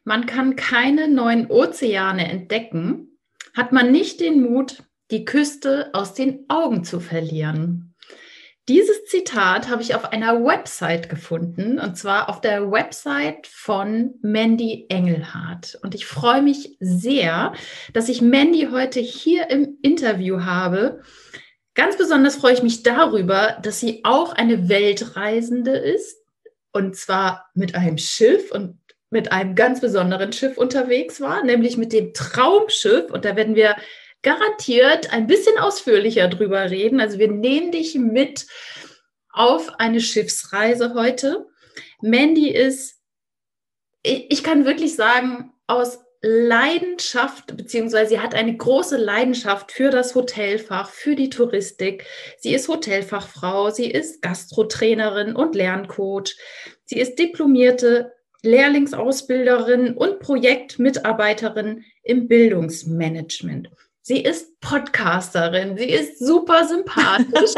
Man kann keine neuen Ozeane entdecken, hat man nicht den Mut, die Küste aus den Augen zu verlieren. Dieses Zitat habe ich auf einer Website gefunden, und zwar auf der Website von Mandy Engelhardt. Und ich freue mich sehr, dass ich Mandy heute hier im Interview habe. Ganz besonders freue ich mich darüber, dass sie auch eine Weltreisende ist, und zwar mit einem Schiff und mit einem ganz besonderen Schiff unterwegs war, nämlich mit dem Traumschiff. Und da werden wir garantiert ein bisschen ausführlicher drüber reden. Also wir nehmen dich mit auf eine Schiffsreise heute. Mandy ist, ich kann wirklich sagen, aus Leidenschaft, beziehungsweise sie hat eine große Leidenschaft für das Hotelfach, für die Touristik. Sie ist Hotelfachfrau, sie ist Gastrotrainerin und Lerncoach. Sie ist diplomierte Lehrlingsausbilderin und Projektmitarbeiterin im Bildungsmanagement. Sie ist Podcasterin, sie ist super sympathisch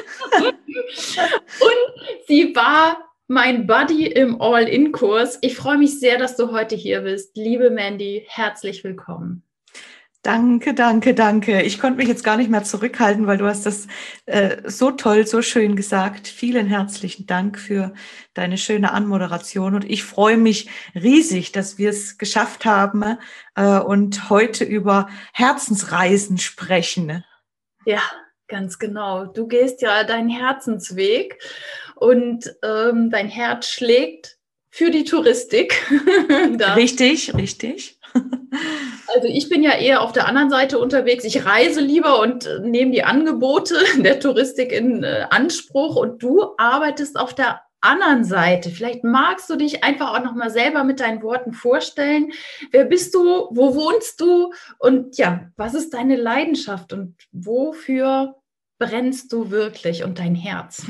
und sie war mein Buddy im All-In-Kurs. Ich freue mich sehr, dass du heute hier bist. Liebe Mandy, herzlich willkommen. Danke, danke, danke. Ich konnte mich jetzt gar nicht mehr zurückhalten, weil du hast das so toll, so schön gesagt. Vielen herzlichen Dank für deine schöne Anmoderation. Und ich freue mich riesig, dass wir es geschafft haben und heute über Herzensreisen sprechen. Ja, ganz genau. Du gehst ja deinen Herzensweg und dein Herz schlägt für die Touristik. Richtig, richtig. Also ich bin ja eher auf der anderen Seite unterwegs. Ich reise lieber und nehme die Angebote der Touristik in Anspruch, und du arbeitest auf der anderen Seite. Vielleicht magst du dich einfach auch noch mal selber mit deinen Worten vorstellen. Wer bist du? Wo wohnst du? Und ja, was ist deine Leidenschaft und wofür brennst du wirklich und dein Herz?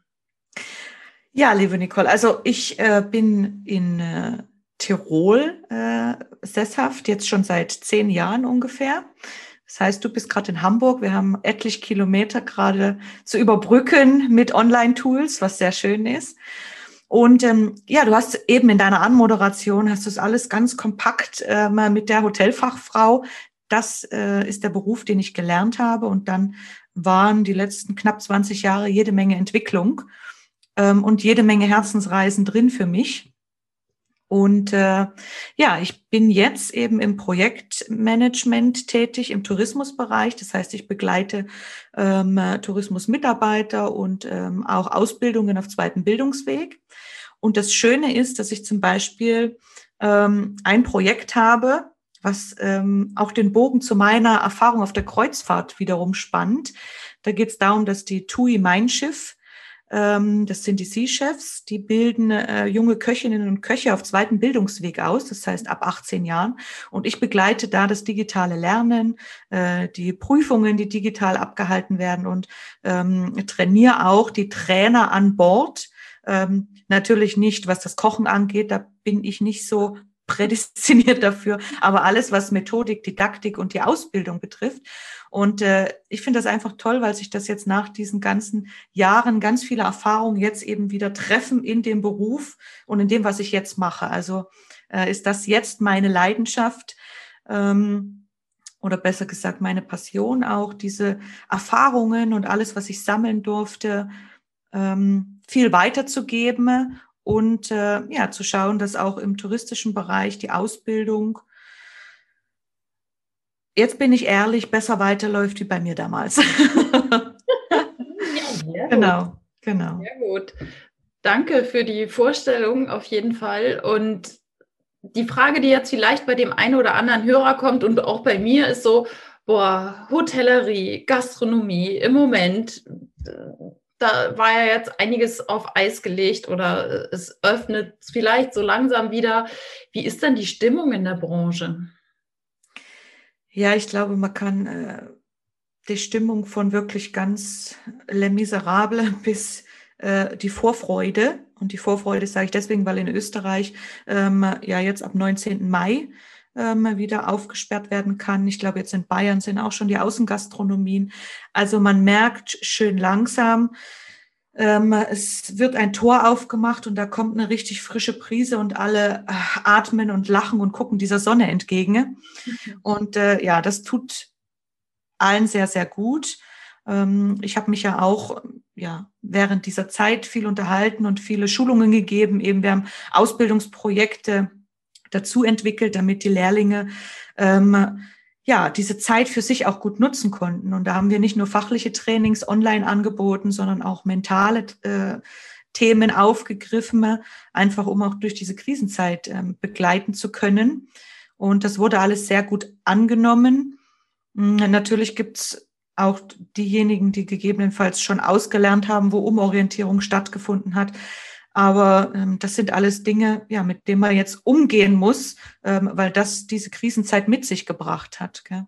Ja, liebe Nicole, also ich bin in Tirol sesshaft, jetzt schon seit 10 Jahren ungefähr. Das heißt, du bist gerade in Hamburg. Wir haben etliche Kilometer gerade zu überbrücken mit Online-Tools, was sehr schön ist. Und ja, du hast eben in deiner Anmoderation, hast du es alles ganz kompakt mit der Hotelfachfrau. Das ist der Beruf, den ich gelernt habe. Und dann waren die letzten knapp 20 Jahre jede Menge Entwicklung und jede Menge Herzensreisen drin für mich. Und ja, ich bin jetzt eben im Projektmanagement tätig, im Tourismusbereich. Das heißt, ich begleite Tourismusmitarbeiter und auch Ausbildungen auf zweiten Bildungsweg. Und das Schöne ist, dass ich zum Beispiel ein Projekt habe, was auch den Bogen zu meiner Erfahrung auf der Kreuzfahrt wiederum spannt. Da geht es darum, dass die TUI Mein Schiff, das sind die Sea-Chefs, die bilden junge Köchinnen und Köche auf zweiten Bildungsweg aus, das heißt ab 18 Jahren. Und ich begleite da das digitale Lernen, die Prüfungen, die digital abgehalten werden, und trainiere auch die Trainer an Bord. Natürlich nicht, was das Kochen angeht, da bin ich nicht so prädestiniert dafür, aber alles, was Methodik, Didaktik und die Ausbildung betrifft. Und ich finde das einfach toll, weil sich das jetzt nach diesen ganzen Jahren, ganz viele Erfahrungen jetzt eben wieder treffen in dem Beruf und in dem, was ich jetzt mache. Also ist das jetzt meine Leidenschaft, oder besser gesagt meine Passion, auch diese Erfahrungen und alles, was ich sammeln durfte, viel weiterzugeben und ja, zu schauen, dass auch im touristischen Bereich die Ausbildung, jetzt bin ich ehrlich, besser weiterläuft wie bei mir damals. Ja, genau. Sehr gut. Danke für die Vorstellung auf jeden Fall. Und die Frage, die jetzt vielleicht bei dem einen oder anderen Hörer kommt und auch bei mir, ist so, boah, Hotellerie, Gastronomie, im Moment, da war ja jetzt einiges auf Eis gelegt oder es öffnet vielleicht so langsam wieder. Wie ist denn die Stimmung in der Branche? Ja, ich glaube, man kann die Stimmung von wirklich ganz Les Miserables bis die Vorfreude. Und die Vorfreude sage ich deswegen, weil in Österreich ja jetzt ab 19. Mai wieder aufgesperrt werden kann. Ich glaube, jetzt in Bayern sind auch schon die Außengastronomien. Also man merkt schön langsam, Es wird ein Tor aufgemacht und da kommt eine richtig frische Brise und alle atmen und lachen und gucken dieser Sonne entgegen. Und ja, das tut allen sehr, sehr gut. Ich habe mich ja auch während dieser Zeit viel unterhalten und viele Schulungen gegeben. Eben wir haben Ausbildungsprojekte dazu entwickelt, damit die Lehrlinge diese Zeit für sich auch gut nutzen konnten. Und da haben wir nicht nur fachliche Trainings online angeboten, sondern auch mentale Themen aufgegriffen, einfach um auch durch diese Krisenzeit begleiten zu können. Und das wurde alles sehr gut angenommen. Natürlich gibt's auch diejenigen, die gegebenenfalls schon ausgelernt haben, wo Umorientierung stattgefunden hat. Aber das sind alles Dinge, mit denen man jetzt umgehen muss, weil das diese Krisenzeit mit sich gebracht hat. Gell?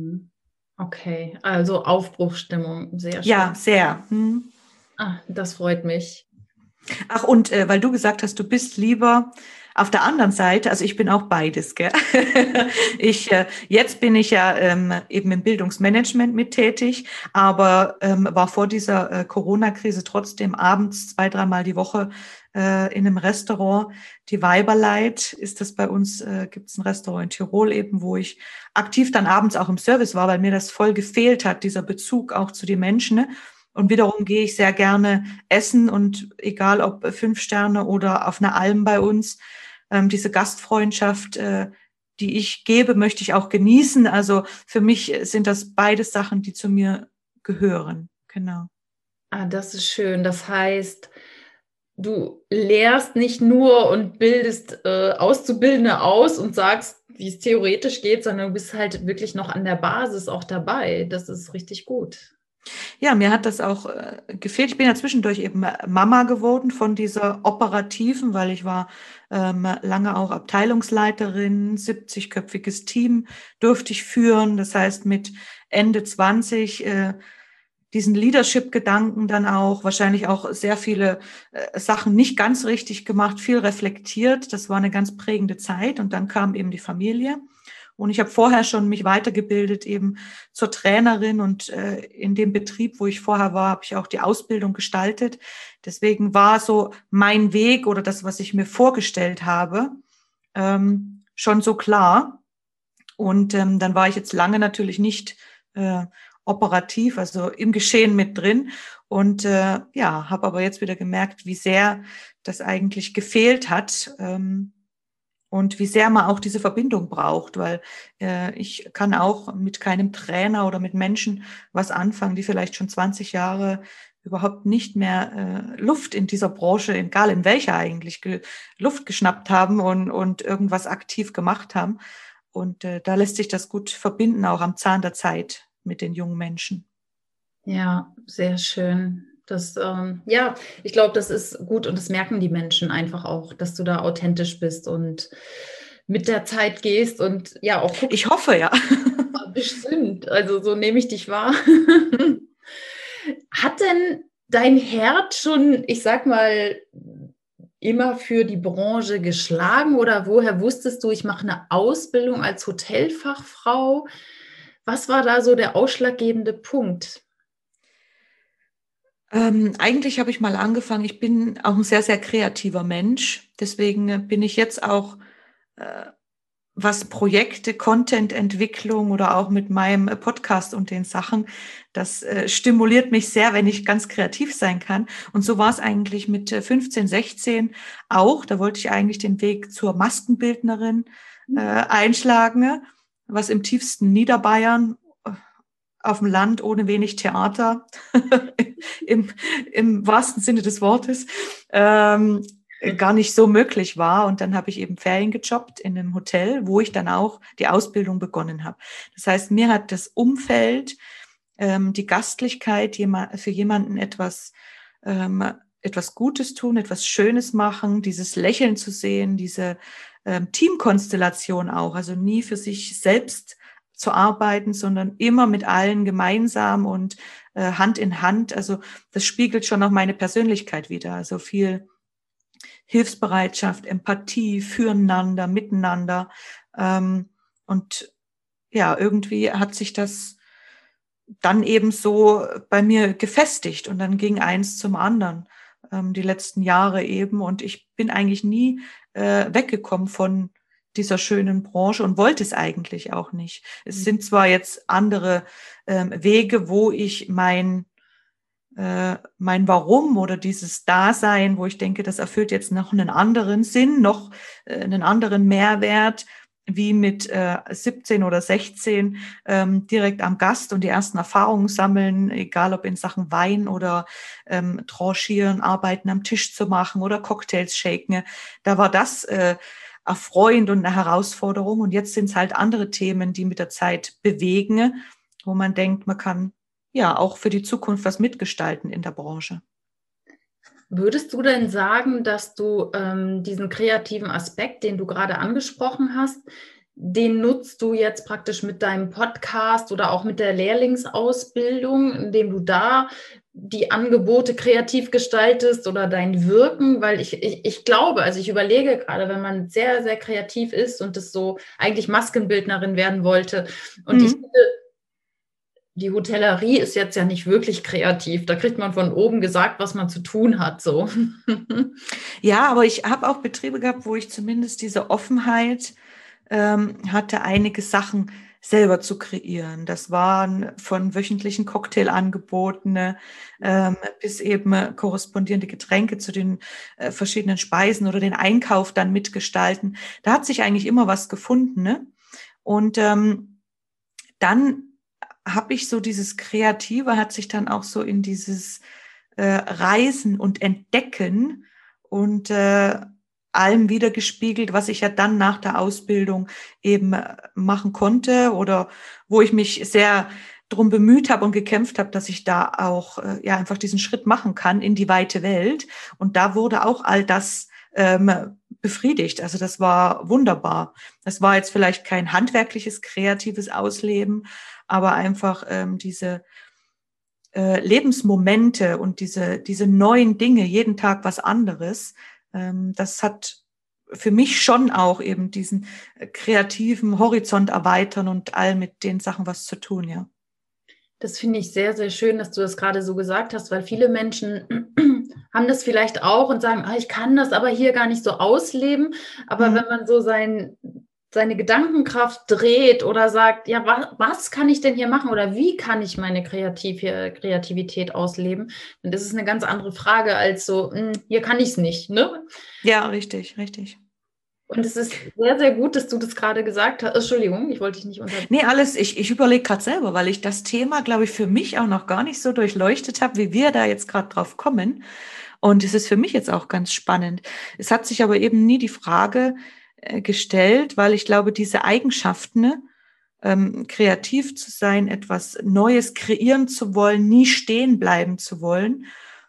Okay, also Aufbruchsstimmung, sehr schön. Ja, sehr. Das freut mich. Ach, und weil du gesagt hast, du bist lieber auf der anderen Seite, also ich bin auch beides, gell? Jetzt bin ich ja eben im Bildungsmanagement mit tätig, aber war vor dieser Corona-Krise trotzdem abends 2-3 Mal die Woche in einem Restaurant. Die Weiberleit ist das bei uns, gibt es ein Restaurant in Tirol eben, wo ich aktiv dann abends auch im Service war, weil mir das voll gefehlt hat, dieser Bezug auch zu den Menschen, ne? Und wiederum gehe ich sehr gerne essen und egal ob 5 Sterne oder auf einer Alm bei uns, diese Gastfreundschaft, die ich gebe, möchte ich auch genießen. Also für mich sind das beides Sachen, die zu mir gehören. Genau. Das ist schön. Das heißt, du lehrst nicht nur und bildest Auszubildende aus und sagst, wie es theoretisch geht, sondern du bist halt wirklich noch an der Basis auch dabei. Das ist richtig gut. Ja, mir hat das auch gefehlt. Ich bin ja zwischendurch eben Mama geworden von dieser operativen, weil ich war lange auch Abteilungsleiterin, 70-köpfiges Team durfte ich führen. Das heißt, mit Ende 20 diesen Leadership-Gedanken dann auch, wahrscheinlich auch sehr viele Sachen nicht ganz richtig gemacht, viel reflektiert. Das war eine ganz prägende Zeit und dann kam eben die Familie. Und ich habe vorher schon mich weitergebildet eben zur Trainerin und in dem Betrieb, wo ich vorher war, habe ich auch die Ausbildung gestaltet. Deswegen war so mein Weg oder das, was ich mir vorgestellt habe, schon so klar. Und dann war ich jetzt lange natürlich nicht operativ, also im Geschehen mit drin. Und habe aber jetzt wieder gemerkt, wie sehr das eigentlich gefehlt hat. Und wie sehr man auch diese Verbindung braucht, weil ich kann auch mit keinem Trainer oder mit Menschen was anfangen, die vielleicht schon 20 Jahre überhaupt nicht mehr Luft in dieser Branche, egal in welcher eigentlich, Luft geschnappt haben und irgendwas aktiv gemacht haben. Und da lässt sich das gut verbinden, auch am Zahn der Zeit mit den jungen Menschen. Ja, sehr schön. Das, ich glaube, das ist gut und das merken die Menschen einfach auch, dass du da authentisch bist und mit der Zeit gehst und ja auch guckst. Ich hoffe, ja. Bestimmt, also so nehme ich dich wahr. Hat denn dein Herz schon, ich sag mal, immer für die Branche geschlagen oder woher wusstest du, ich mache eine Ausbildung als Hotelfachfrau? Was war da so der ausschlaggebende Punkt? Eigentlich habe ich mal angefangen, ich bin auch ein sehr, sehr kreativer Mensch. Deswegen bin ich jetzt auch, was Projekte, Content-Entwicklung oder auch mit meinem Podcast und den Sachen, das stimuliert mich sehr, wenn ich ganz kreativ sein kann. Und so war es eigentlich mit 15, 16 auch. Da wollte ich eigentlich den Weg zur Maskenbildnerin einschlagen, was im tiefsten Niederbayern auf dem Land ohne wenig Theater, im wahrsten Sinne des Wortes, gar nicht so möglich war. Und dann habe ich eben Ferien gejobbt in einem Hotel, wo ich dann auch die Ausbildung begonnen habe. Das heißt, mir hat das Umfeld, die Gastlichkeit, für jemanden etwas Gutes tun, etwas Schönes machen, dieses Lächeln zu sehen, diese Teamkonstellation auch, also nie für sich selbst zu arbeiten, sondern immer mit allen gemeinsam und Hand in Hand. Also das spiegelt schon auch meine Persönlichkeit wider. Also viel Hilfsbereitschaft, Empathie, füreinander, miteinander. Und ja, irgendwie hat sich das dann eben so bei mir gefestigt und dann ging eins zum anderen, die letzten Jahre eben. Und ich bin eigentlich nie weggekommen von dieser schönen Branche und wollte es eigentlich auch nicht. Es sind zwar jetzt andere Wege, wo ich mein Warum oder dieses Dasein, wo ich denke, das erfüllt jetzt noch einen anderen Sinn, noch einen anderen Mehrwert, wie mit 17 oder 16 direkt am Gast und die ersten Erfahrungen sammeln, egal ob in Sachen Wein oder Tranchieren, Arbeiten am Tisch zu machen oder Cocktails shaken. Da war das erfreuend und eine Herausforderung. Und jetzt sind es halt andere Themen, die mit der Zeit bewegen, wo man denkt, man kann ja auch für die Zukunft was mitgestalten in der Branche. Würdest du denn sagen, dass du diesen kreativen Aspekt, den du gerade angesprochen hast, den nutzt du jetzt praktisch mit deinem Podcast oder auch mit der Lehrlingsausbildung, indem du da die Angebote kreativ gestaltest oder dein Wirken? Weil ich glaube, also ich überlege gerade, wenn man sehr, sehr kreativ ist und das so eigentlich Maskenbildnerin werden wollte und ich finde, die Hotellerie ist jetzt ja nicht wirklich kreativ. Da kriegt man von oben gesagt, was man zu tun hat. So. Ja, aber ich habe auch Betriebe gehabt, wo ich zumindest diese Offenheit hatte, einige Sachen selber zu kreieren. Das waren von wöchentlichen Cocktailangeboten bis eben korrespondierende Getränke zu den verschiedenen Speisen oder den Einkauf dann mitgestalten. Da hat sich eigentlich immer was gefunden. Ne? Und dann habe ich so dieses Kreative, hat sich dann auch so in dieses Reisen und Entdecken und allem wiedergespiegelt, was ich ja dann nach der Ausbildung eben machen konnte oder wo ich mich sehr drum bemüht habe und gekämpft habe, dass ich da auch ja einfach diesen Schritt machen kann in die weite Welt. Und da wurde auch all das befriedigt. Also das war wunderbar. Das war jetzt vielleicht kein handwerkliches, kreatives Ausleben, aber einfach diese Lebensmomente und diese neuen Dinge, jeden Tag was anderes, das hat für mich schon auch eben diesen kreativen Horizont erweitern und all mit den Sachen was zu tun, ja. Das finde ich sehr, sehr schön, dass du das gerade so gesagt hast, weil viele Menschen haben das vielleicht auch und sagen, ich kann das aber hier gar nicht so ausleben. Aber wenn man so seine Gedankenkraft dreht oder sagt, ja, was kann ich denn hier machen oder wie kann ich meine Kreativität ausleben, dann ist es eine ganz andere Frage als so, hier kann ich es nicht, ne? Ja, richtig, richtig. Und es ist sehr, sehr gut, dass du das gerade gesagt hast. Entschuldigung, ich wollte dich nicht unterbrechen. Nee, alles, ich überlege gerade selber, weil ich das Thema, glaube ich, für mich auch noch gar nicht so durchleuchtet habe, wie wir da jetzt gerade drauf kommen. Und es ist für mich jetzt auch ganz spannend. Es hat sich aber eben nie die Frage gestellt, weil ich glaube, diese Eigenschaften, kreativ zu sein, etwas Neues kreieren zu wollen, nie stehen bleiben zu wollen,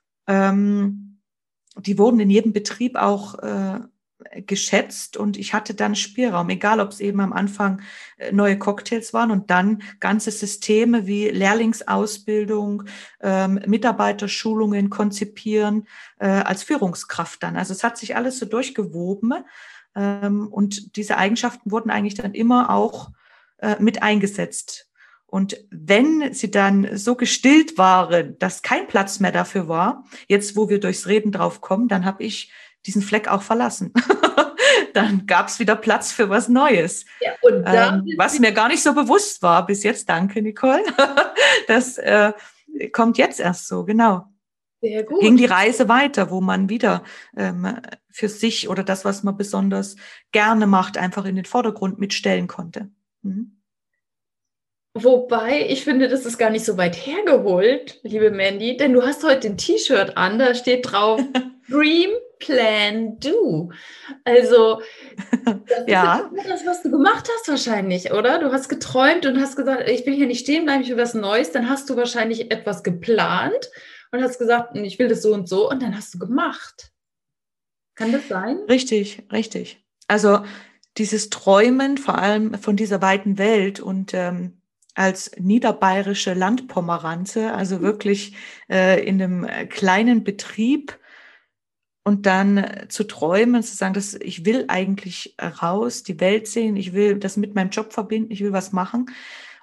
die wurden in jedem Betrieb auch geschätzt und ich hatte dann Spielraum, egal ob es eben am Anfang neue Cocktails waren und dann ganze Systeme wie Lehrlingsausbildung, Mitarbeiterschulungen konzipieren als Führungskraft dann. Also es hat sich alles so durchgewoben und diese Eigenschaften wurden eigentlich dann immer auch mit eingesetzt. Und wenn sie dann so gestillt waren, dass kein Platz mehr dafür war, jetzt wo wir durchs Reden drauf kommen, dann habe ich diesen Fleck auch verlassen. Dann gab es wieder Platz für was Neues. Ja, und was mir gar nicht so bewusst war bis jetzt. Danke, Nicole. Das kommt jetzt erst so, genau. Sehr gut. Ging die Reise weiter, wo man wieder für sich oder das, was man besonders gerne macht, einfach in den Vordergrund mitstellen konnte. Mhm. Wobei, ich finde, das ist gar nicht so weit hergeholt, liebe Mandy, denn du hast heute ein T-Shirt an, da steht drauf Dream, Plan, Do. Also, das ja. ist das, was du gemacht hast wahrscheinlich, oder? Du hast geträumt und hast gesagt, ich will hier nicht stehen bleiben, ich will was Neues. Dann hast du wahrscheinlich etwas geplant und hast gesagt, ich will das so und dann hast du gemacht. Kann das sein? Richtig, richtig. Also dieses Träumen vor allem von dieser weiten Welt und als niederbayerische Landpomeranze, also wirklich in einem kleinen Betrieb und dann zu träumen, zu sagen, dass ich will eigentlich raus, die Welt sehen, ich will das mit meinem Job verbinden, ich will was machen.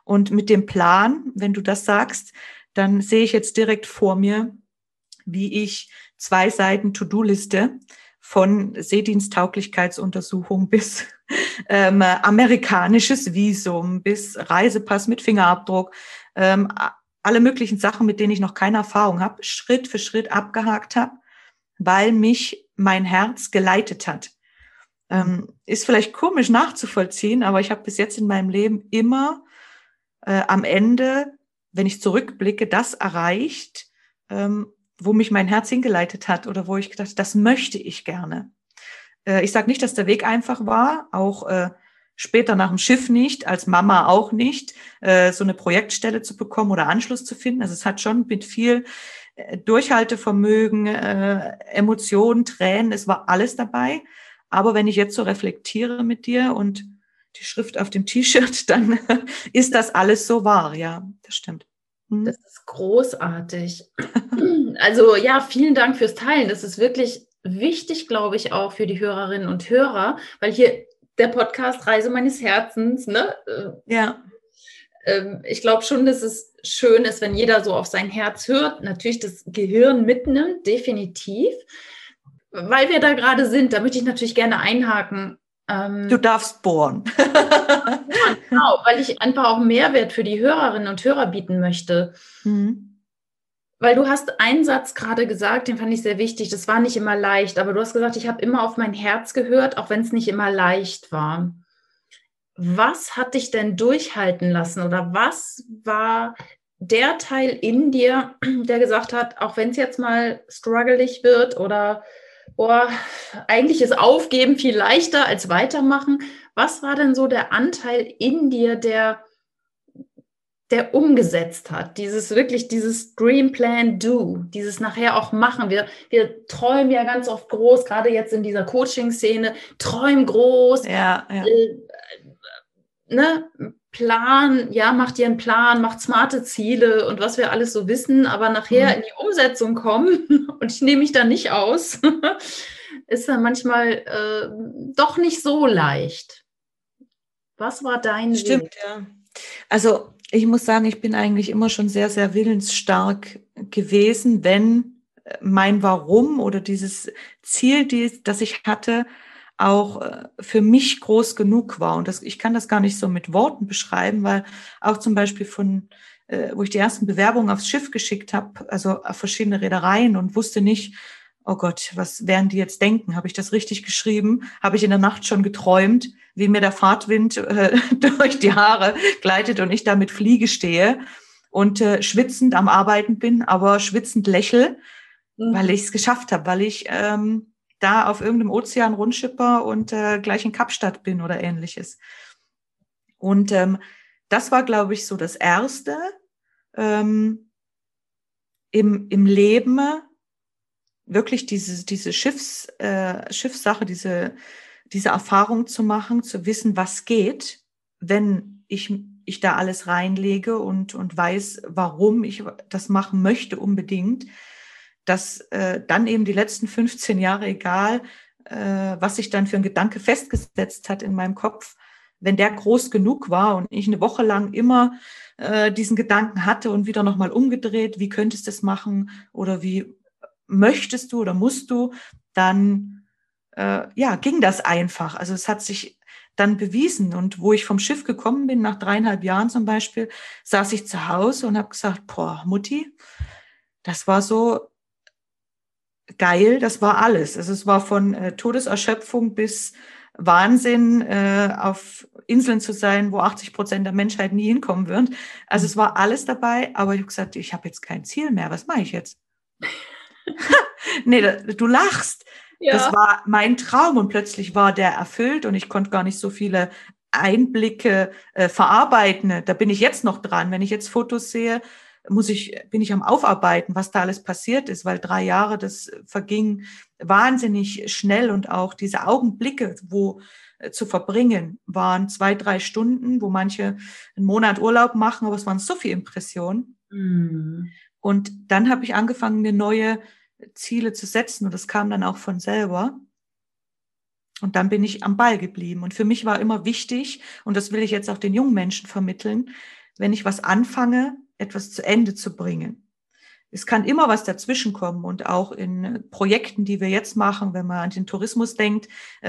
Und mit dem Plan, wenn du das sagst, dann sehe ich jetzt direkt vor mir, wie ich 2 Seiten To-Do-Liste von Seediensttauglichkeitsuntersuchung bis amerikanisches Visum, bis Reisepass mit Fingerabdruck, alle möglichen Sachen, mit denen ich noch keine Erfahrung habe, Schritt für Schritt abgehakt habe, weil mich mein Herz geleitet hat. Ist vielleicht komisch nachzuvollziehen, aber ich habe bis jetzt in meinem Leben immer am Ende, wenn ich zurückblicke, das erreicht, wo mich mein Herz hingeleitet hat oder wo ich gedacht, das möchte ich gerne. Ich sage nicht, dass der Weg einfach war, auch später nach dem Schiff nicht, als Mama auch nicht, so eine Projektstelle zu bekommen oder Anschluss zu finden. Also es hat schon mit viel Durchhaltevermögen, Emotionen, Tränen, es war alles dabei. Aber wenn ich jetzt so reflektiere mit dir und die Schrift auf dem T-Shirt, dann ist das alles so wahr. Ja, das stimmt. Das ist großartig. Also ja, vielen Dank fürs Teilen. Das ist wirklich wichtig, glaube ich, auch für die Hörerinnen und Hörer, weil hier der Podcast Reise meines Herzens, ne? Ja. Ich glaube schon, dass es schön ist, wenn jeder so auf sein Herz hört, natürlich das Gehirn mitnimmt, definitiv. Weil wir da gerade sind, da möchte ich natürlich gerne einhaken. Du darfst bohren. Genau, weil ich einfach auch Mehrwert für die Hörerinnen und Hörer bieten möchte. Weil du hast einen Satz gerade gesagt, den fand ich sehr wichtig, das war nicht immer leicht, aber du hast gesagt, ich habe immer auf mein Herz gehört, auch wenn es nicht immer leicht war. Was hat dich denn durchhalten lassen oder was war der Teil in dir, der gesagt hat, auch wenn es jetzt mal struggelig wird oder eigentlich ist Aufgeben viel leichter als Weitermachen. Was war denn so der Anteil in dir, der umgesetzt hat? Dieses Dream Plan Do, dieses nachher auch machen. Wir träumen ja ganz oft groß, gerade jetzt in dieser Coaching-Szene, träum groß. Ja. Plan, ja, mach dir einen Plan, macht smarte Ziele und was wir alles so wissen, aber nachher in die Umsetzung kommen und ich nehme mich da nicht aus, ist dann manchmal doch nicht so leicht. Was war dein Weg? Stimmt, ja. Also ich muss sagen, ich bin eigentlich immer schon sehr, sehr willensstark gewesen, wenn mein Warum oder dieses Ziel, das ich hatte, auch für mich groß genug war. Und ich kann das gar nicht so mit Worten beschreiben, weil auch zum Beispiel wo ich die ersten Bewerbungen aufs Schiff geschickt habe, also auf verschiedene Reedereien und wusste nicht, oh Gott, was werden die jetzt denken? Habe ich das richtig geschrieben? Habe ich in der Nacht schon geträumt, wie mir der Fahrtwind durch die Haare gleitet und ich da mit Fliege stehe und schwitzend am Arbeiten bin, aber schwitzend lächel, weil ich es geschafft habe, weil ich da auf irgendeinem Ozean rundschipper und gleich in Kapstadt bin oder ähnliches. Und das war, glaube ich, so das Erste im Leben, wirklich diese Schiffssache, diese Erfahrung zu machen, zu wissen, was geht, wenn ich da alles reinlege und weiß, warum ich das machen möchte unbedingt, dass dann eben die letzten 15 Jahre, egal was sich dann für ein Gedanke festgesetzt hat in meinem Kopf, wenn der groß genug war und ich eine Woche lang immer diesen Gedanken hatte und wieder nochmal umgedreht, wie könntest du das machen oder wie möchtest du oder musst du, dann ging das einfach. Also es hat sich dann bewiesen. Und wo ich vom Schiff gekommen bin, nach 3,5 Jahren zum Beispiel, saß ich zu Hause und habe gesagt, boah, Mutti, das war so geil, das war alles. Also es war von Todeserschöpfung bis Wahnsinn, auf Inseln zu sein, wo 80% der Menschheit nie hinkommen wird. Also es war alles dabei, aber ich habe gesagt, ich habe jetzt kein Ziel mehr. Was mache ich jetzt? Nee, du lachst. Ja. Das war mein Traum und plötzlich war der erfüllt und ich konnte gar nicht so viele Einblicke verarbeiten. Da bin ich jetzt noch dran. Wenn ich jetzt Fotos sehe, bin ich am Aufarbeiten, was da alles passiert ist, weil 3 Jahre, das verging wahnsinnig schnell und auch diese Augenblicke, zu verbringen, waren 2, 3 Stunden, wo manche einen Monat Urlaub machen, aber es waren so viele Impressionen. Und dann habe ich angefangen, mir neue Ziele zu setzen und das kam dann auch von selber. Und dann bin ich am Ball geblieben. Und für mich war immer wichtig, und das will ich jetzt auch den jungen Menschen vermitteln, wenn ich was anfange, etwas zu Ende zu bringen. Es kann immer was dazwischen kommen und auch in Projekten, die wir jetzt machen, wenn man an den Tourismus denkt,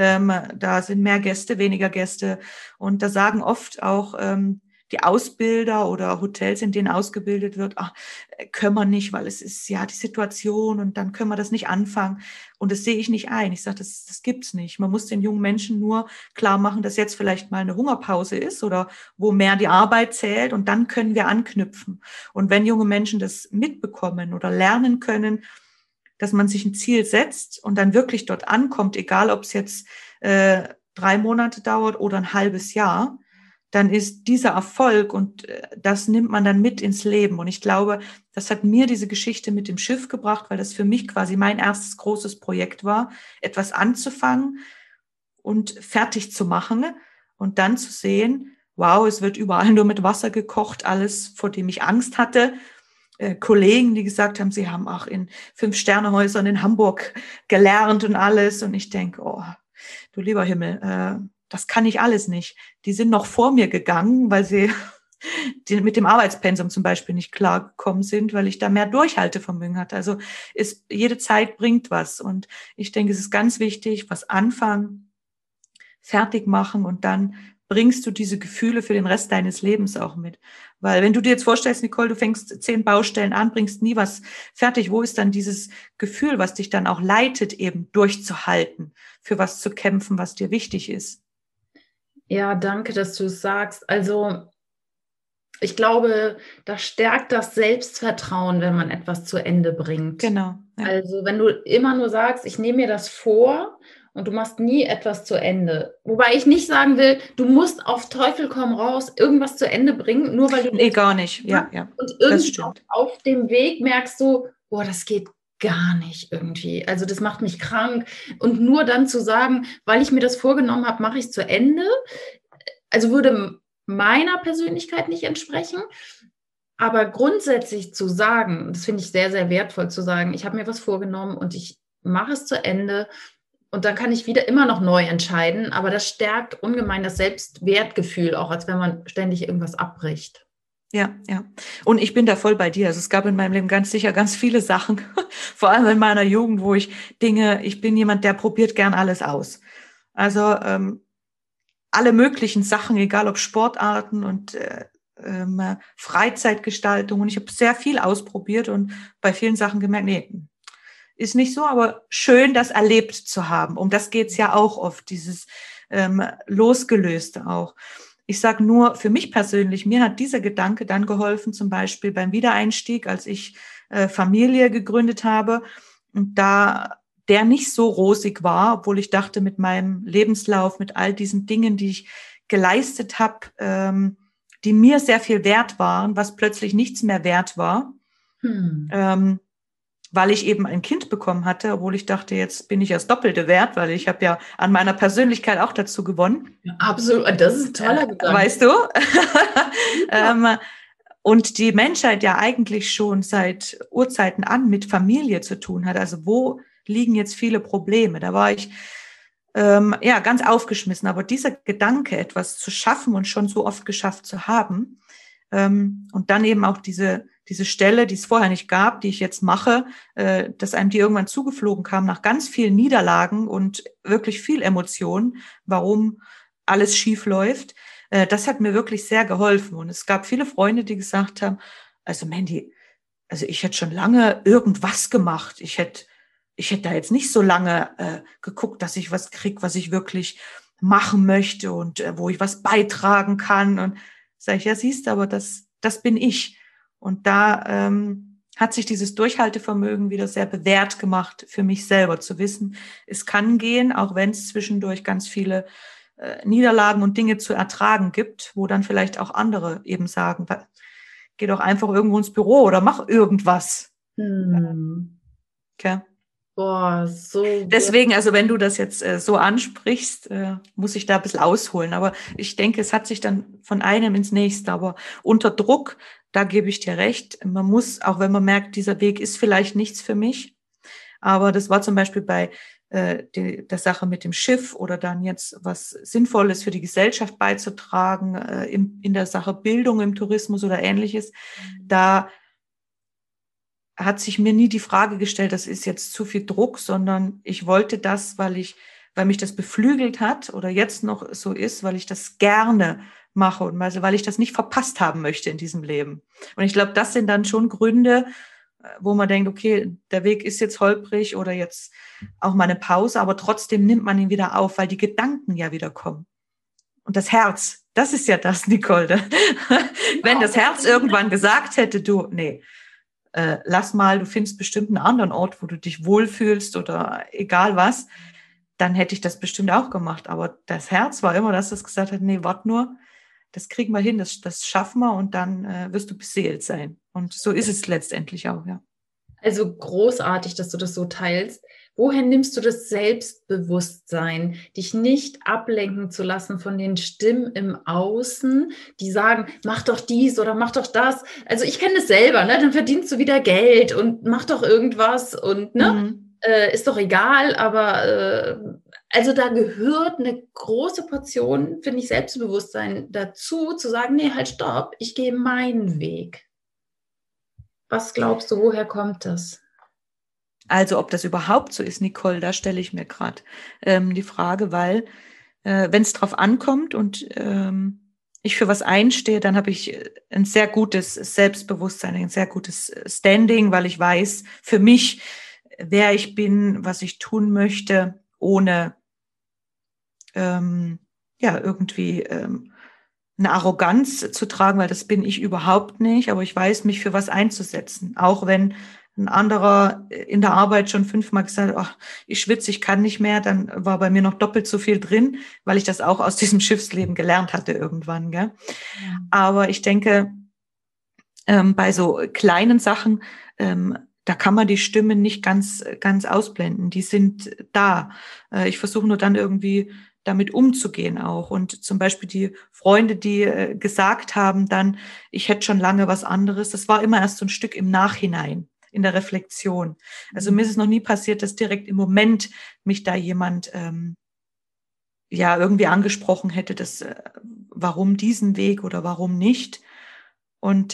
da sind mehr Gäste, weniger Gäste und da sagen oft auch die Ausbilder oder Hotels, in denen ausgebildet wird, ach, können wir nicht, weil es ist ja die Situation und dann können wir das nicht anfangen und das sehe ich nicht ein. Ich sage, das gibt's nicht. Man muss den jungen Menschen nur klar machen, dass jetzt vielleicht mal eine Hungerpause ist oder wo mehr die Arbeit zählt und dann können wir anknüpfen. Und wenn junge Menschen das mitbekommen oder lernen können, dass man sich ein Ziel setzt und dann wirklich dort ankommt, egal ob es jetzt 3 Monate dauert oder ein halbes Jahr, dann ist dieser Erfolg und das nimmt man dann mit ins Leben. Und ich glaube, das hat mir diese Geschichte mit dem Schiff gebracht, weil das für mich quasi mein erstes großes Projekt war, etwas anzufangen und fertig zu machen und dann zu sehen, wow, es wird überall nur mit Wasser gekocht, alles, vor dem ich Angst hatte. Kollegen, die gesagt haben, sie haben auch in 5-Sterne-Häusern in Hamburg gelernt und alles. Und ich denke, oh, du lieber Himmel, das kann ich alles nicht. Die sind noch vor mir gegangen, weil sie mit dem Arbeitspensum zum Beispiel nicht klargekommen sind, weil ich da mehr Durchhaltevermögen hatte. Also jede Zeit bringt was. Und ich denke, es ist ganz wichtig, was anfangen, fertig machen und dann bringst du diese Gefühle für den Rest deines Lebens auch mit. Weil wenn du dir jetzt vorstellst, Nicole, du fängst 10 Baustellen an, bringst nie was fertig, wo ist dann dieses Gefühl, was dich dann auch leitet, eben durchzuhalten, für was zu kämpfen, was dir wichtig ist? Ja, danke, dass du es sagst. Also ich glaube, das stärkt das Selbstvertrauen, wenn man etwas zu Ende bringt. Genau. Ja. Also wenn du immer nur sagst, ich nehme mir das vor und du machst nie etwas zu Ende. Wobei ich nicht sagen will, du musst auf Teufel komm raus irgendwas zu Ende bringen, nur weil du... Nee, gar nicht. Ja. Und irgendwie auf dem Weg merkst du, boah, das geht gar nicht irgendwie. Also das macht mich krank. Und nur dann zu sagen, weil ich mir das vorgenommen habe, mache ich es zu Ende. Also würde meiner Persönlichkeit nicht entsprechen. Aber grundsätzlich zu sagen, das finde ich sehr, sehr wertvoll zu sagen, ich habe mir was vorgenommen und ich mache es zu Ende und dann kann ich wieder immer noch neu entscheiden. Aber das stärkt ungemein das Selbstwertgefühl, auch als wenn man ständig irgendwas abbricht. Ja. Und ich bin da voll bei dir. Also es gab in meinem Leben ganz sicher ganz viele Sachen, vor allem in meiner Jugend, wo ich bin jemand, der probiert gern alles aus. Also alle möglichen Sachen, egal ob Sportarten und Freizeitgestaltung. Und ich habe sehr viel ausprobiert und bei vielen Sachen gemerkt, nee, ist nicht so, aber schön, das erlebt zu haben. Um das geht's ja auch oft, dieses Losgelöste auch. Ich sage nur, für mich persönlich, mir hat dieser Gedanke dann geholfen, zum Beispiel beim Wiedereinstieg, als ich Familie gegründet habe und da der nicht so rosig war, obwohl ich dachte, mit meinem Lebenslauf, mit all diesen Dingen, die ich geleistet habe, die mir sehr viel wert waren, was plötzlich nichts mehr wert war, weil ich eben ein Kind bekommen hatte, obwohl ich dachte, jetzt bin ich das Doppelte wert, weil ich habe ja an meiner Persönlichkeit auch dazu gewonnen. Ja, absolut, das ist ein toller Gedanke. Weißt du? Und die Menschheit ja eigentlich schon seit Urzeiten an mit Familie zu tun hat. Also wo liegen jetzt viele Probleme? Da war ich ganz aufgeschmissen. Aber dieser Gedanke, etwas zu schaffen und schon so oft geschafft zu haben, und dann eben auch diese Stelle, die es vorher nicht gab, die ich jetzt mache, dass einem die irgendwann zugeflogen kam nach ganz vielen Niederlagen und wirklich viel Emotion, warum alles schief läuft. Das hat mir wirklich sehr geholfen. Und es gab viele Freunde, die gesagt haben, also Mandy, also ich hätte schon lange irgendwas gemacht. Ich hätte da jetzt nicht so lange geguckt, dass ich was kriege, was ich wirklich machen möchte und wo ich was beitragen kann. Und sage ich, ja, siehst du, aber das bin ich. Und da hat sich dieses Durchhaltevermögen wieder sehr bewährt gemacht für mich selber, zu wissen, es kann gehen, auch wenn es zwischendurch ganz viele Niederlagen und Dinge zu ertragen gibt, wo dann vielleicht auch andere eben sagen, geh doch einfach irgendwo ins Büro oder mach irgendwas. Okay. Boah, so. Deswegen, also wenn du das jetzt so ansprichst, muss ich da ein bisschen ausholen. Aber ich denke, es hat sich dann von einem ins nächste. Aber unter Druck, da gebe ich dir recht. Man muss, auch wenn man merkt, dieser Weg ist vielleicht nichts für mich. Aber das war zum Beispiel bei der Sache mit dem Schiff oder dann jetzt was Sinnvolles für die Gesellschaft beizutragen, in der Sache Bildung im Tourismus oder Ähnliches, da hat sich mir nie die Frage gestellt, das ist jetzt zu viel Druck, sondern ich wollte das, weil mich das beflügelt hat oder jetzt noch so ist, weil ich das gerne mache und weil ich das nicht verpasst haben möchte in diesem Leben. Und ich glaube, das sind dann schon Gründe, wo man denkt, okay, der Weg ist jetzt holprig oder jetzt auch mal eine Pause, aber trotzdem nimmt man ihn wieder auf, weil die Gedanken ja wieder kommen. Und das Herz, das ist ja das, Nicole. Wenn das Herz irgendwann gesagt hätte, du, nee, lass mal, du findest bestimmt einen anderen Ort, wo du dich wohlfühlst oder egal was, dann hätte ich das bestimmt auch gemacht. Aber das Herz war immer, dass das gesagt hat, nee, warte nur, das kriegen wir hin, das schaffen wir und dann wirst du beseelt sein. Und so ist es letztendlich auch, ja. Also großartig, dass du das so teilst. Woher nimmst du das Selbstbewusstsein, dich nicht ablenken zu lassen von den Stimmen im Außen, die sagen, mach doch dies oder mach doch das. Also ich kenne das selber, ne? Dann verdienst du wieder Geld und mach doch irgendwas und ist doch egal, aber also da gehört eine große Portion, finde ich, Selbstbewusstsein dazu, zu sagen, nee, halt, stopp, ich gehe meinen Weg. Was glaubst du, woher kommt das? Also ob das überhaupt so ist, Nicole, da stelle ich mir gerade die Frage, weil wenn es drauf ankommt und ich für was einstehe, dann habe ich ein sehr gutes Selbstbewusstsein, ein sehr gutes Standing, weil ich weiß für mich, wer ich bin, was ich tun möchte, ohne irgendwie eine Arroganz zu tragen, weil das bin ich überhaupt nicht, aber ich weiß, mich für was einzusetzen. Auch wenn ein anderer in der Arbeit schon 5-mal gesagt hat, ach, ich schwitze, ich kann nicht mehr, dann war bei mir noch doppelt so viel drin, weil ich das auch aus diesem Schiffsleben gelernt hatte irgendwann. Gell? Aber ich denke, bei so kleinen Sachen, da kann man die Stimmen nicht ganz ausblenden. Die sind da. Ich versuche nur dann irgendwie damit umzugehen auch. Und zum Beispiel die Freunde, die gesagt haben dann, ich hätte schon lange was anderes, das war immer erst so ein Stück im Nachhinein, in der Reflexion. Also mir ist es noch nie passiert, dass direkt im Moment mich da jemand irgendwie angesprochen hätte, dass warum diesen Weg oder warum nicht. Und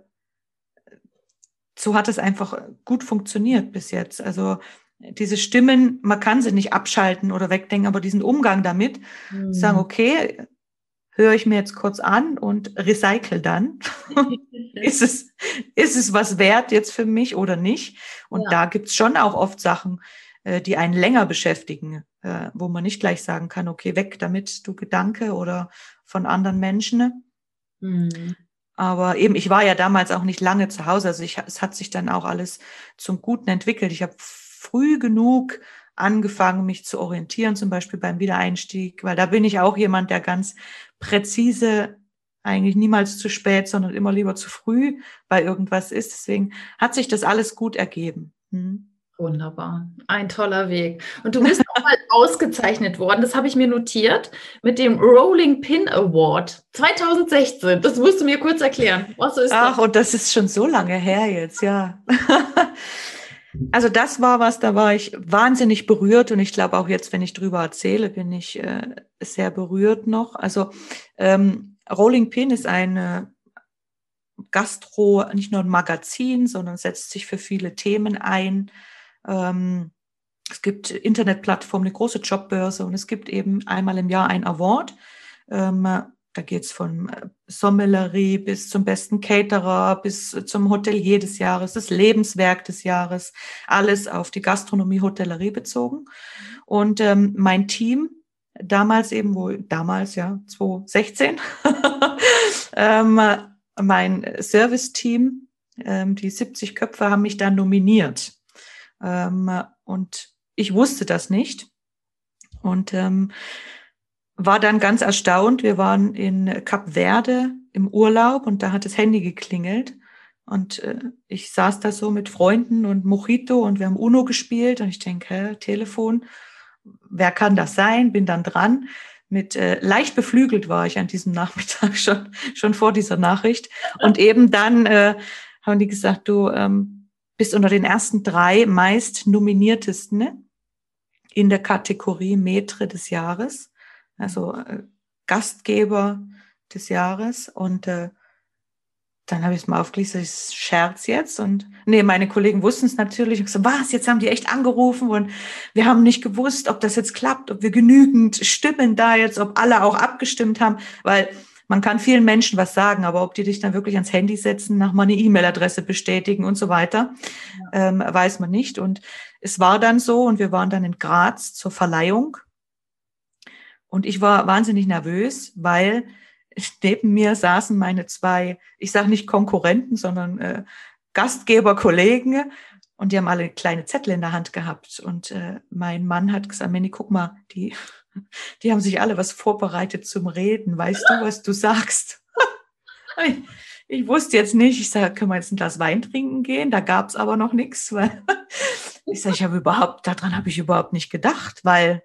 so hat es einfach gut funktioniert bis jetzt. Also diese Stimmen, man kann sie nicht abschalten oder wegdenken, aber diesen Umgang damit, sagen, okay, höre ich mir jetzt kurz an und recycle dann. Ist es was wert jetzt für mich oder nicht? Und da gibt's schon auch oft Sachen, die einen länger beschäftigen, wo man nicht gleich sagen kann, okay, weg damit, du Gedanke oder von anderen Menschen. Aber eben, ich war ja damals auch nicht lange zu Hause. Also es hat sich dann auch alles zum Guten entwickelt. Ich habe früh genug angefangen, mich zu orientieren, zum Beispiel beim Wiedereinstieg, weil da bin ich auch jemand, der ganz präzise, eigentlich niemals zu spät, sondern immer lieber zu früh bei irgendwas ist. Deswegen hat sich das alles gut ergeben. Wunderbar. Ein toller Weg. Und du bist auch mal ausgezeichnet worden, das habe ich mir notiert, mit dem Rolling Pin Award 2016. Das musst du mir kurz erklären. Was ist das? Ach, und das ist schon so lange her jetzt, ja. Also das war was, da war ich wahnsinnig berührt und ich glaube auch jetzt, wenn ich drüber erzähle, bin ich sehr berührt noch. Also Rolling Pin ist eine Gastro, nicht nur ein Magazin, sondern setzt sich für viele Themen ein. Es gibt Internetplattformen, eine große Jobbörse und es gibt eben einmal im Jahr ein Award. Da geht es von Sommelerie bis zum besten Caterer, bis zum Hotelier des Jahres, das Lebenswerk des Jahres, alles auf die Gastronomie, Hotellerie bezogen. Und mein Team, damals 2016, mein Service-Team, die 70 Köpfe haben mich dann nominiert. Und ich wusste das nicht. Und war dann ganz erstaunt. Wir waren in Kap Verde im Urlaub und da hat das Handy geklingelt. Und ich saß da so mit Freunden und Mojito und wir haben Uno gespielt. Und ich denke, Telefon, wer kann das sein? Bin dann dran. Mit leicht beflügelt war ich an diesem Nachmittag schon vor dieser Nachricht. Und eben dann haben die gesagt, du bist unter den ersten 3 meist nominiertesten, ne? in der Kategorie Maitre des Jahres, also Gastgeber des Jahres. Und dann habe ich es mal aufgelesen, ich scherz jetzt. Und nee, meine Kollegen wussten es natürlich. Ich so, was, jetzt haben die echt angerufen und wir haben nicht gewusst, ob das jetzt klappt, ob wir genügend Stimmen da jetzt, ob alle auch abgestimmt haben, weil man kann vielen Menschen was sagen, aber ob die dich dann wirklich ans Handy setzen, nach mal eine E-Mail-Adresse bestätigen und so weiter, weiß man nicht. Und es war dann so und wir waren dann in Graz zur Verleihung und ich war wahnsinnig nervös, weil neben mir saßen meine zwei, ich sage nicht Konkurrenten, sondern Gastgeberkollegen und die haben alle kleine Zettel in der Hand gehabt. Und mein Mann hat gesagt, Manny, guck mal, die haben sich alle was vorbereitet zum Reden. Weißt du, was du sagst? Ich wusste jetzt nicht. Ich sage, können wir jetzt ein Glas Wein trinken gehen? Da gab es aber noch nichts. Weil ich sage, daran habe ich überhaupt nicht gedacht, weil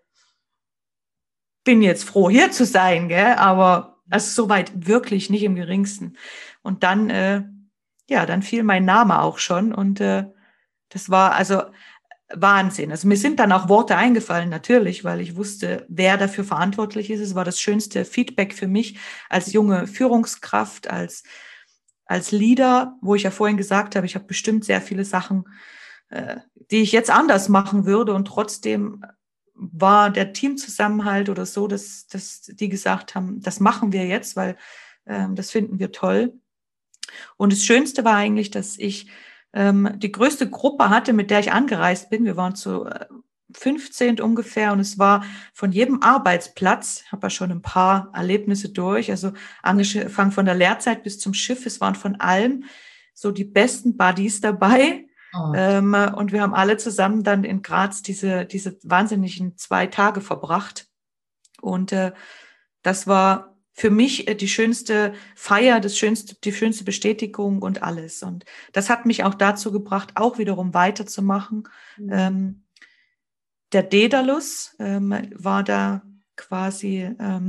bin jetzt froh, hier zu sein, gell? Aber also soweit wirklich nicht im Geringsten. Und dann, dann fiel mein Name auch schon und das war also Wahnsinn. Also mir sind dann auch Worte eingefallen, natürlich, weil ich wusste, wer dafür verantwortlich ist. Es war das schönste Feedback für mich als junge Führungskraft, als Leader, wo ich ja vorhin gesagt habe, ich habe bestimmt sehr viele Sachen, die ich jetzt anders machen würde und trotzdem war der Teamzusammenhalt oder so, dass die gesagt haben, das machen wir jetzt, weil das finden wir toll. Und das Schönste war eigentlich, dass ich die größte Gruppe hatte, mit der ich angereist bin. Wir waren zu 15 ungefähr und es war von jedem Arbeitsplatz, ich habe ja schon ein paar Erlebnisse durch, also angefangen von der Lehrzeit bis zum Schiff, es waren von allem so die besten Buddies dabei. Oh. Und wir haben alle zusammen dann in Graz diese wahnsinnigen 2 Tage verbracht. Und das war für mich die schönste Feier, die schönste Bestätigung und alles. Und das hat mich auch dazu gebracht, auch wiederum weiterzumachen. Mhm. Der Daedalus war da quasi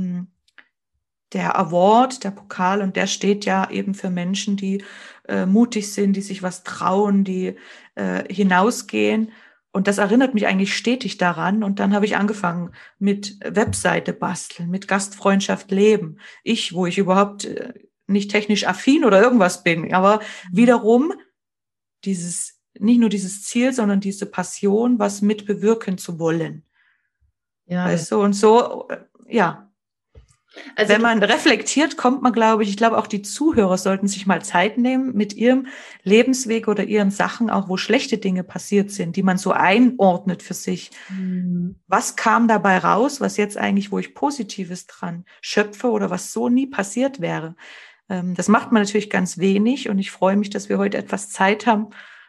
der Award, der Pokal, und der steht ja eben für Menschen, die mutig sind, die sich was trauen, die hinausgehen. Und das erinnert mich eigentlich stetig daran. Und dann habe ich angefangen mit Webseite basteln, mit Gastfreundschaft leben. Wo ich überhaupt nicht technisch affin oder irgendwas bin, aber wiederum nicht nur dieses Ziel, sondern diese Passion, was mit bewirken zu wollen. Ja. Weißt du, und so, ja. Also wenn man reflektiert, kommt man, glaube ich auch die Zuhörer sollten sich mal Zeit nehmen mit ihrem Lebensweg oder ihren Sachen, auch wo schlechte Dinge passiert sind, die man so einordnet für sich. Mhm. Was kam dabei raus, was jetzt eigentlich, wo ich Positives dran schöpfe oder was so nie passiert wäre? Das macht man natürlich ganz wenig und ich freue mich, dass wir heute etwas Zeit haben,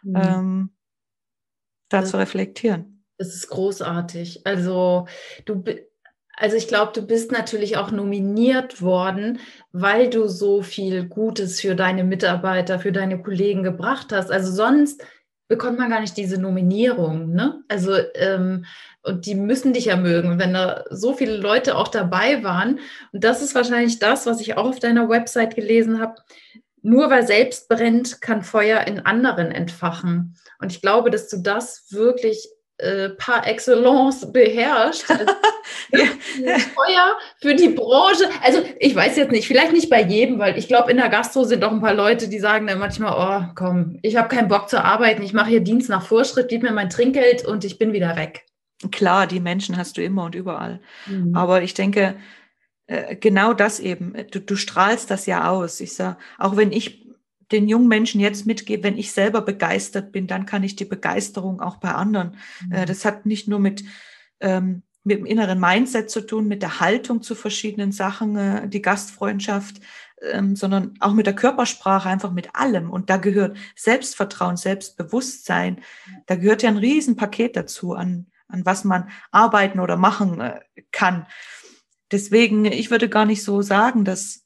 da zu reflektieren. Das ist großartig. Also ich glaube, du bist natürlich auch nominiert worden, weil du so viel Gutes für deine Mitarbeiter, für deine Kollegen gebracht hast. Also sonst bekommt man gar nicht diese Nominierung, ne? Also und die müssen dich ja mögen, wenn da so viele Leute auch dabei waren. Und das ist wahrscheinlich das, was ich auch auf deiner Website gelesen habe. Nur weil selbst brennt, kann Feuer in anderen entfachen. Und ich glaube, dass du das wirklich par excellence beherrscht. Also, Feuer für die Branche. Also ich weiß jetzt nicht, vielleicht nicht bei jedem, weil ich glaube, in der Gastro sind auch ein paar Leute, die sagen dann manchmal, oh komm, ich habe keinen Bock zu arbeiten, ich mache hier Dienst nach Vorschrift, gib mir mein Trinkgeld und ich bin wieder weg. Klar, die Menschen hast du immer und überall. Mhm. Aber ich denke, genau das eben, du strahlst das ja aus. Ich sage, auch wenn ich den jungen Menschen jetzt mitgebe, wenn ich selber begeistert bin, dann kann ich die Begeisterung auch bei anderen. Mhm. Das hat nicht nur mit dem inneren Mindset zu tun, mit der Haltung zu verschiedenen Sachen, die Gastfreundschaft, sondern auch mit der Körpersprache, einfach mit allem. Und da gehört Selbstvertrauen, Selbstbewusstsein. Da gehört ja ein Riesenpaket dazu, an was man arbeiten oder machen kann. Deswegen, ich würde gar nicht so sagen, dass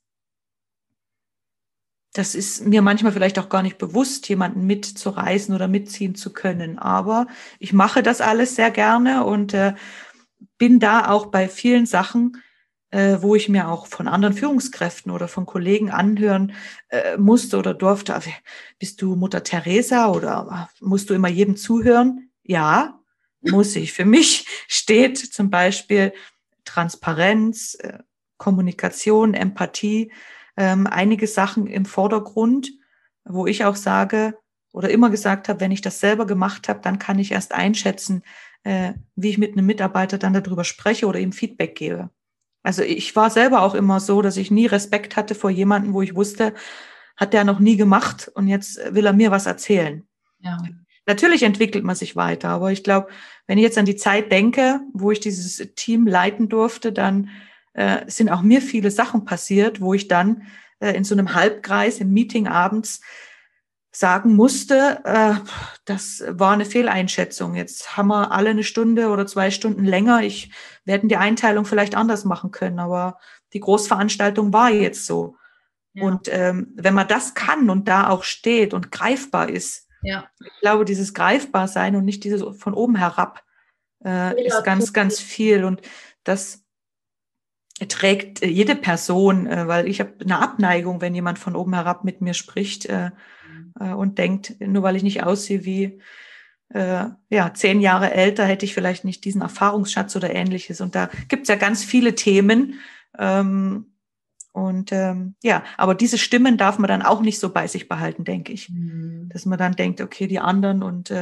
das ist mir manchmal vielleicht auch gar nicht bewusst, jemanden mitzureisen oder mitziehen zu können. Aber ich mache das alles sehr gerne und bin da auch bei vielen Sachen, wo ich mir auch von anderen Führungskräften oder von Kollegen anhören musste oder durfte. Bist du Mutter Teresa oder musst du immer jedem zuhören? Ja, muss ich. Für mich steht zum Beispiel Transparenz, Kommunikation, Empathie, einige Sachen im Vordergrund, wo ich auch sage oder immer gesagt habe, wenn ich das selber gemacht habe, dann kann ich erst einschätzen, wie ich mit einem Mitarbeiter dann darüber spreche oder ihm Feedback gebe. Also ich war selber auch immer so, dass ich nie Respekt hatte vor jemandem, wo ich wusste, hat der noch nie gemacht und jetzt will er mir was erzählen. Ja. Natürlich entwickelt man sich weiter, aber ich glaube, wenn ich jetzt an die Zeit denke, wo ich dieses Team leiten durfte, dann sind auch mir viele Sachen passiert, wo ich dann in so einem Halbkreis im Meeting abends sagen musste, das war eine Fehleinschätzung. Jetzt haben wir alle eine Stunde oder 2 Stunden länger. Wir hätten die Einteilung vielleicht anders machen können, aber die Großveranstaltung war jetzt so. Ja. Und wenn man das kann und da auch steht und greifbar ist, ich glaube, dieses greifbar sein und nicht dieses von oben herab ist ganz, ganz viel. Und das trägt jede Person, weil ich habe eine Abneigung, wenn jemand von oben herab mit mir spricht und denkt, nur weil ich nicht aussehe wie 10 Jahre älter, hätte ich vielleicht nicht diesen Erfahrungsschatz oder Ähnliches. Und da gibt es ja ganz viele Themen. Aber diese Stimmen darf man dann auch nicht so bei sich behalten, denke ich. Dass man dann denkt, okay, die anderen und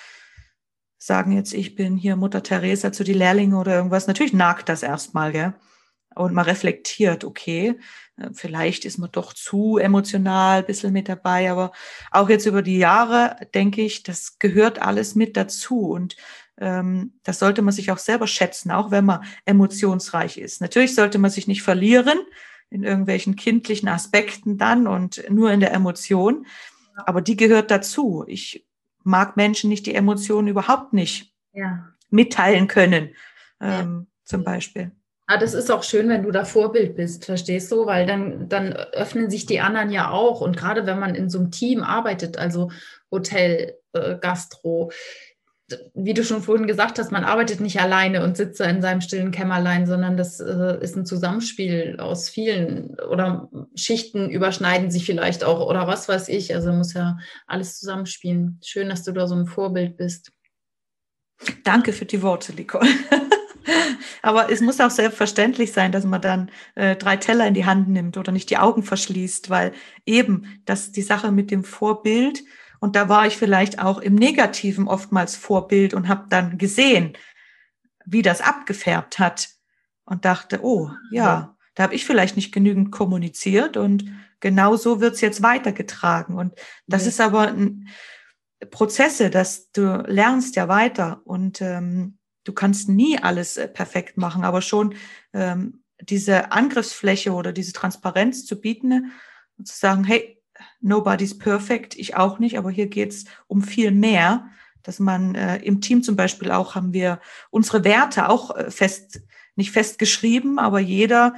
sagen jetzt, ich bin hier Mutter Teresa zu die Lehrlinge oder irgendwas. Natürlich nagt das erstmal, gell? Und man reflektiert, okay, vielleicht ist man doch zu emotional ein bisschen mit dabei, aber auch jetzt über die Jahre, denke ich, das gehört alles mit dazu und das sollte man sich auch selber schätzen, auch wenn man emotionsreich ist. Natürlich sollte man sich nicht verlieren in irgendwelchen kindlichen Aspekten dann und nur in der Emotion, aber die gehört dazu. Ich mag Menschen nicht, die Emotionen überhaupt nicht mitteilen können, zum Beispiel. Ah, das ist auch schön, wenn du da Vorbild bist, verstehst du? Weil dann öffnen sich die anderen ja auch. Und gerade wenn man in so einem Team arbeitet, also Hotel, Gastro, wie du schon vorhin gesagt hast, man arbeitet nicht alleine und sitzt in seinem stillen Kämmerlein, sondern das ist ein Zusammenspiel aus vielen oder Schichten überschneiden sich vielleicht auch oder was weiß ich. Also muss ja alles zusammenspielen. Schön, dass du da so ein Vorbild bist. Danke für die Worte, Nicole. Aber es muss auch selbstverständlich sein, dass man dann 3 Teller in die Hand nimmt oder nicht die Augen verschließt, weil eben das die Sache mit dem Vorbild, und da war ich vielleicht auch im Negativen oftmals Vorbild und habe dann gesehen, wie das abgefärbt hat und dachte, oh ja, da habe ich vielleicht nicht genügend kommuniziert und genau so wird es jetzt weitergetragen. Und das ist aber Prozesse, dass du lernst ja weiter und du kannst nie alles perfekt machen, aber schon diese Angriffsfläche oder diese Transparenz zu bieten und zu sagen, hey, nobody's perfect, ich auch nicht, aber hier geht's um viel mehr, dass man im Team zum Beispiel auch haben wir unsere Werte auch nicht festgeschrieben, aber jeder,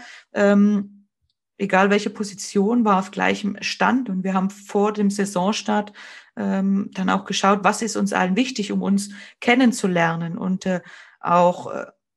egal welche Position, war auf gleichem Stand und wir haben vor dem Saisonstart dann auch geschaut, was ist uns allen wichtig, um uns kennenzulernen und auch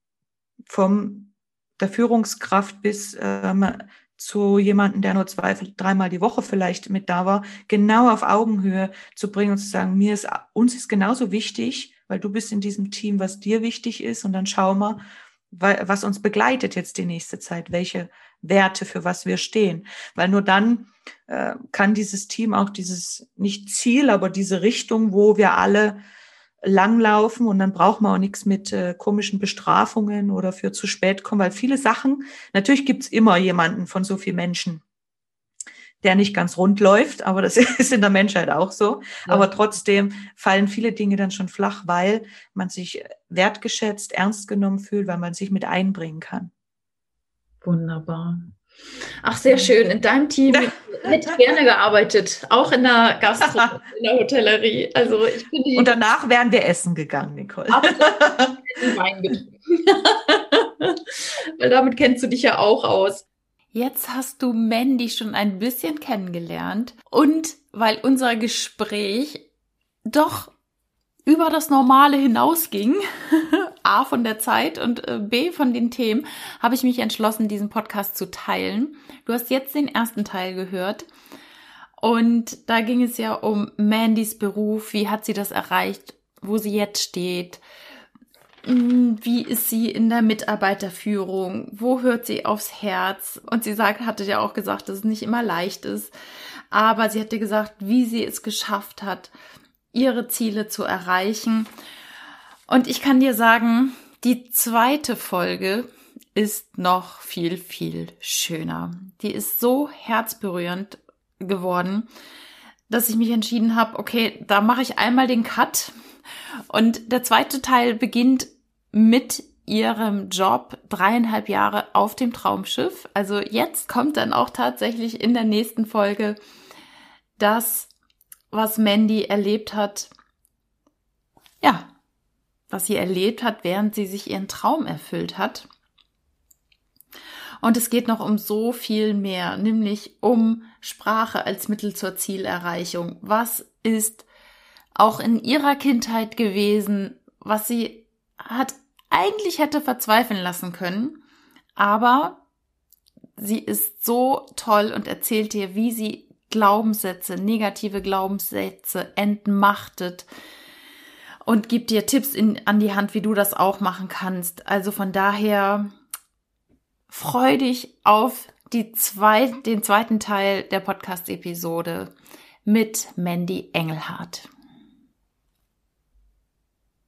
von der Führungskraft bis zu jemandem, der nur 2-3 Mal die Woche vielleicht mit da war, genau auf Augenhöhe zu bringen und zu sagen, uns ist genauso wichtig, weil du bist in diesem Team, was dir wichtig ist und dann schauen wir, was uns begleitet jetzt die nächste Zeit, welche Werte, für was wir stehen. Weil nur dann kann dieses Team auch dieses, nicht Ziel, aber diese Richtung, wo wir alle langlaufen und dann braucht man auch nichts mit komischen Bestrafungen oder für zu spät kommen, weil viele Sachen, natürlich gibt's immer jemanden von so vielen Menschen, der nicht ganz rund läuft, aber das ist in der Menschheit auch so. Ja. Aber trotzdem fallen viele Dinge dann schon flach, weil man sich wertgeschätzt, ernst genommen fühlt, weil man sich mit einbringen kann. Wunderbar. Ach, sehr schön. In deinem Team hätte ich gerne gearbeitet, auch in der Gastro, in der Hotellerie. Also ich finde und danach wären wir essen gegangen, Nicole. Wein getrunken. Weil damit kennst du dich ja auch aus. Jetzt hast du Mandy schon ein bisschen kennengelernt und weil unser Gespräch doch über das Normale hinausging, A von der Zeit und B von den Themen, habe ich mich entschlossen, diesen Podcast zu teilen. Du hast jetzt den ersten Teil gehört und da ging es ja um Mandys Beruf, wie hat sie das erreicht, wo sie jetzt steht, wie ist sie in der Mitarbeiterführung, wo hört sie aufs Herz? Und sie hatte ja auch gesagt, dass es nicht immer leicht ist, aber sie hatte gesagt, wie sie es geschafft hat, ihre Ziele zu erreichen. Und ich kann dir sagen, die zweite Folge ist noch viel, viel schöner. Die ist so herzberührend geworden, dass ich mich entschieden habe, okay, da mache ich einmal den Cut. Und der zweite Teil beginnt mit ihrem Job 3,5 Jahre auf dem Traumschiff. Also jetzt kommt dann auch tatsächlich in der nächsten Folge das, was Mandy erlebt hat. Ja, was sie erlebt hat, während sie sich ihren Traum erfüllt hat. Und es geht noch um so viel mehr, nämlich um Sprache als Mittel zur Zielerreichung. Was ist auch in ihrer Kindheit gewesen, was sie eigentlich hätte verzweifeln lassen können, aber sie ist so toll und erzählt dir, wie sie negative Glaubenssätze entmachtet und gibt dir Tipps an die Hand, wie du das auch machen kannst. Also von daher freu dich auf den zweiten Teil der Podcast-Episode mit Mandy Engelhardt.